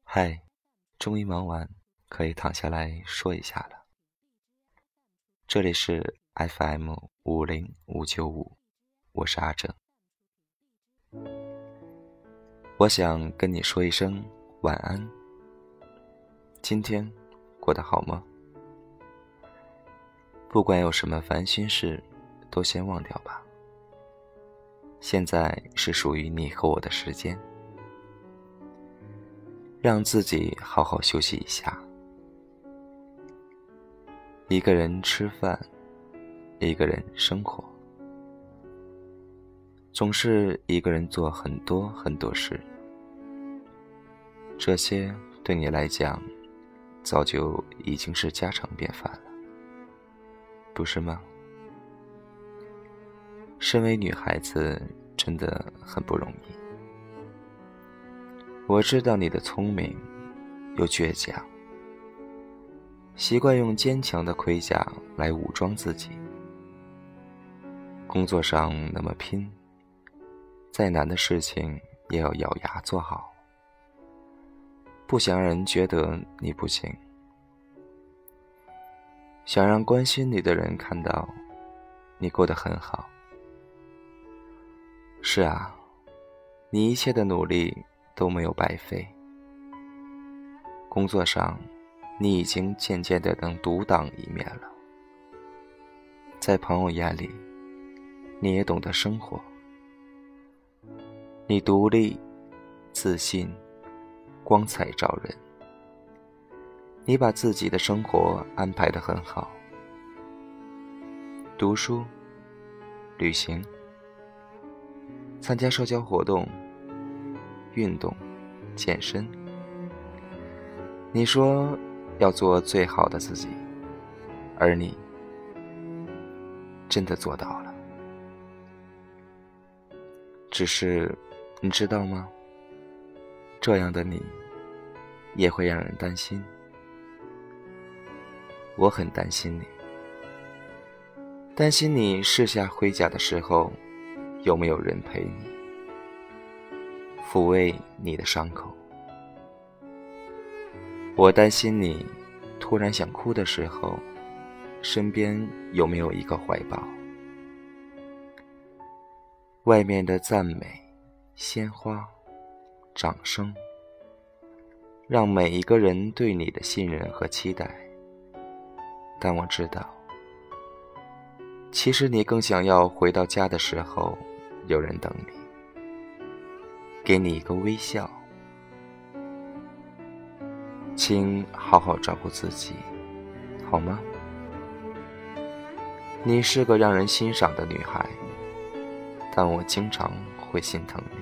嗨，终于忙完，可以躺下来说一下了。这里是 FM50595，我是阿正。我想跟你说一声晚安。今天过得好吗？不管有什么烦心事，都先忘掉吧。现在是属于你和我的时间，让自己好好休息一下。一个人吃饭，一个人生活，总是一个人做很多很多事。这些对你来讲，早就已经是家常便饭了，不是吗？身为女孩子，真的很不容易。我知道你的聪明又倔强，习惯用坚强的盔甲来武装自己。工作上那么拼，再难的事情也要咬牙做好，不想让人觉得你不行，想让关心你的人看到你过得很好。是啊，你一切的努力都没有白费。工作上，你已经渐渐地能独当一面了。在朋友眼里，你也懂得生活。你独立、自信、光彩照人。你把自己的生活安排得很好。读书、旅行、参加社交活动、运动、健身。你说要做最好的自己，而你真的做到了。只是你知道吗？这样的你也会让人担心。我很担心你，担心你卸下盔甲的时候，有没有人陪你，抚慰你的伤口。我担心你突然想哭的时候，身边有没有一个怀抱。外面的赞美、鲜花、掌声，让每一个人对你的信任和期待。但我知道，其实你更想要回到家的时候，有人等你，给你一个微笑。请好好照顾自己，好吗？你是个让人欣赏的女孩，但我经常会心疼你。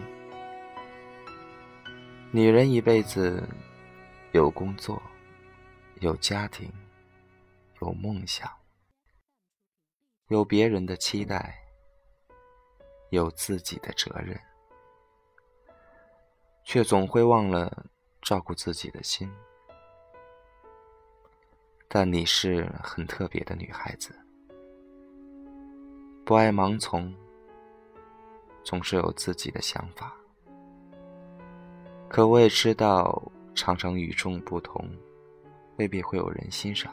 女人一辈子有工作，有家庭，有梦想，有别人的期待，有自己的责任，却总会忘了照顾自己的心。但你是很特别的女孩子，不爱盲从，总是有自己的想法。可我也知道，常常与众不同，未必会有人欣赏。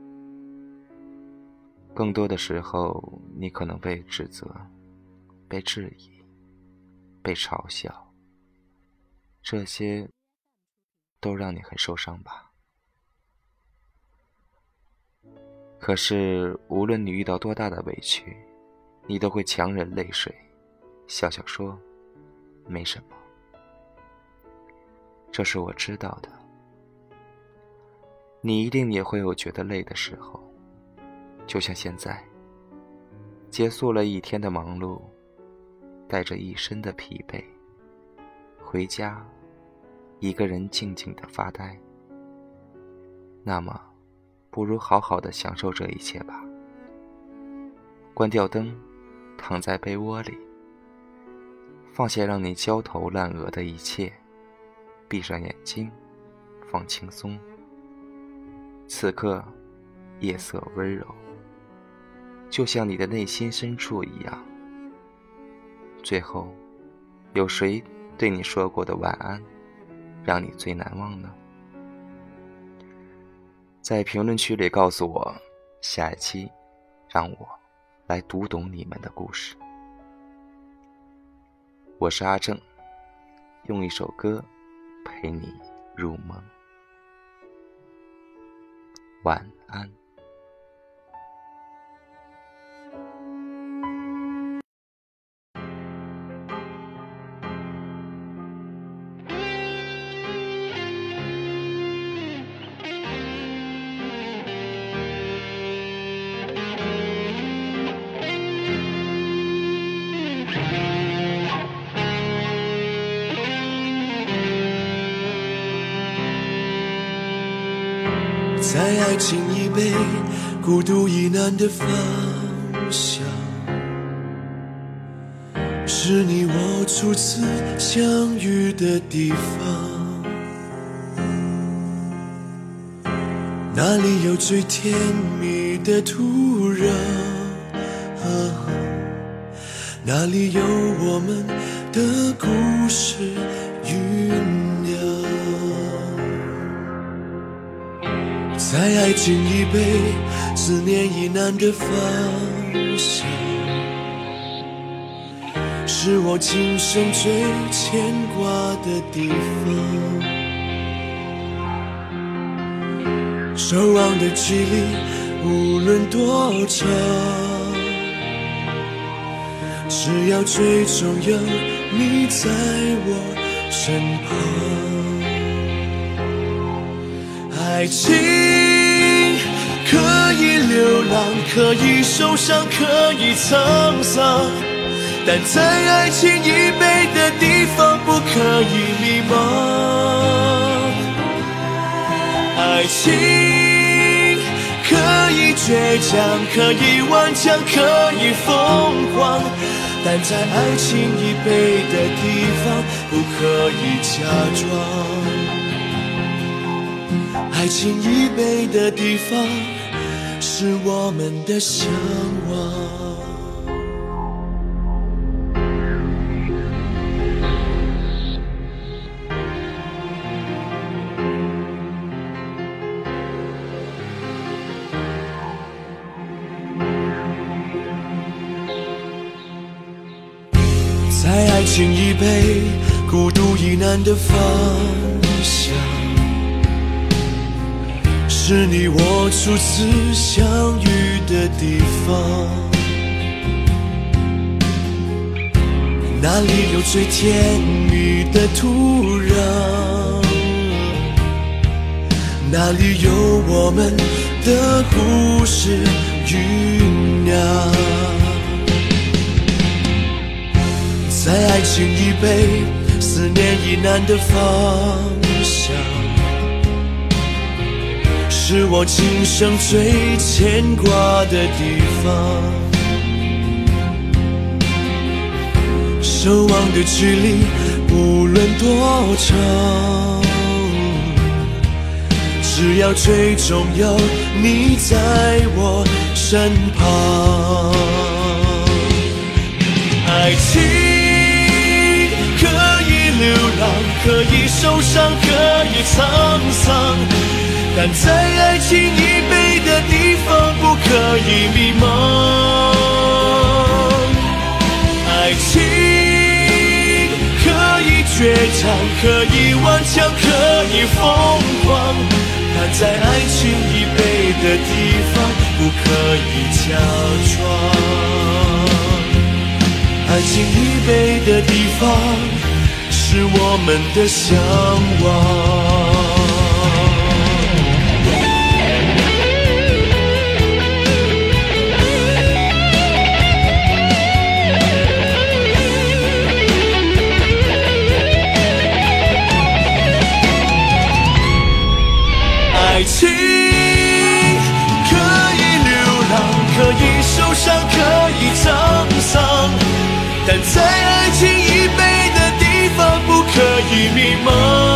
更多的时候，你可能被指责，被质疑，被嘲笑，这些都让你很受伤吧。可是无论你遇到多大的委屈，你都会强忍泪水，笑笑说没什么。这是我知道的。你一定也会有觉得累的时候，就像现在，结束了一天的忙碌，带着一身的疲惫，回家一个人静静地发呆。那么不如好好的享受这一切吧。关掉灯，躺在被窝里，放下让你焦头烂额的一切，闭上眼睛，放轻松。此刻夜色温柔，就像你的内心深处一样。最后，有谁对你说过的晚安，让你最难忘呢？ 在评论区里告诉我，下一期让我来读懂你们的故事。我是阿正，用一首歌陪你入梦，晚安。 在爱情已被孤独已难的方向，是你我初次相遇的地方。哪里有最甜蜜的土壤，哪里有我们的故事酝酿。在爱情已被思念已难的方向，是我今生最牵挂的地方。守望的距离无论多长，只要最终有你在我身旁。爱情可以流浪，可以受伤，可以沧桑，但在爱情已被的地方不可以迷茫。爱情可以倔强，可以顽强，可以疯狂，但在爱情已被的地方不可以假装。爱情已被的地方是我们的向往。在爱情已被孤独已难的方向，是你我初次相遇的地方。哪里有最甜蜜的土壤，哪里有我们的故事酝酿。在爱情已被思念已难的方向，是我今生最牵挂的地方。守望的距离无论多长，只要最终有你在我身旁。爱情可以流浪，可以受伤，可以沧桑，但在爱情已被的地方不可以迷茫。爱情可以倔强，可以顽强，可以疯狂，但在爱情已被的地方不可以假装。爱情已被的地方是我们的向往。爱情可以流浪，可以受伤，可以沧桑，但在爱情已被的地方不可以迷茫。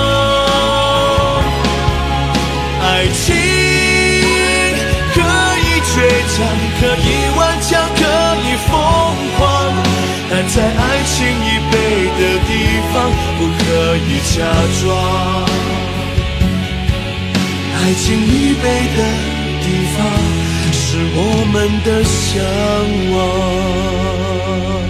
爱情可以倔强，可以顽强，可以疯狂，但在爱情已被的地方不可以假装。爱爱情预备的地方，是我们的向往。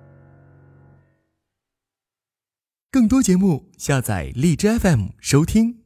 更多节目，下载荔枝 FM 收听。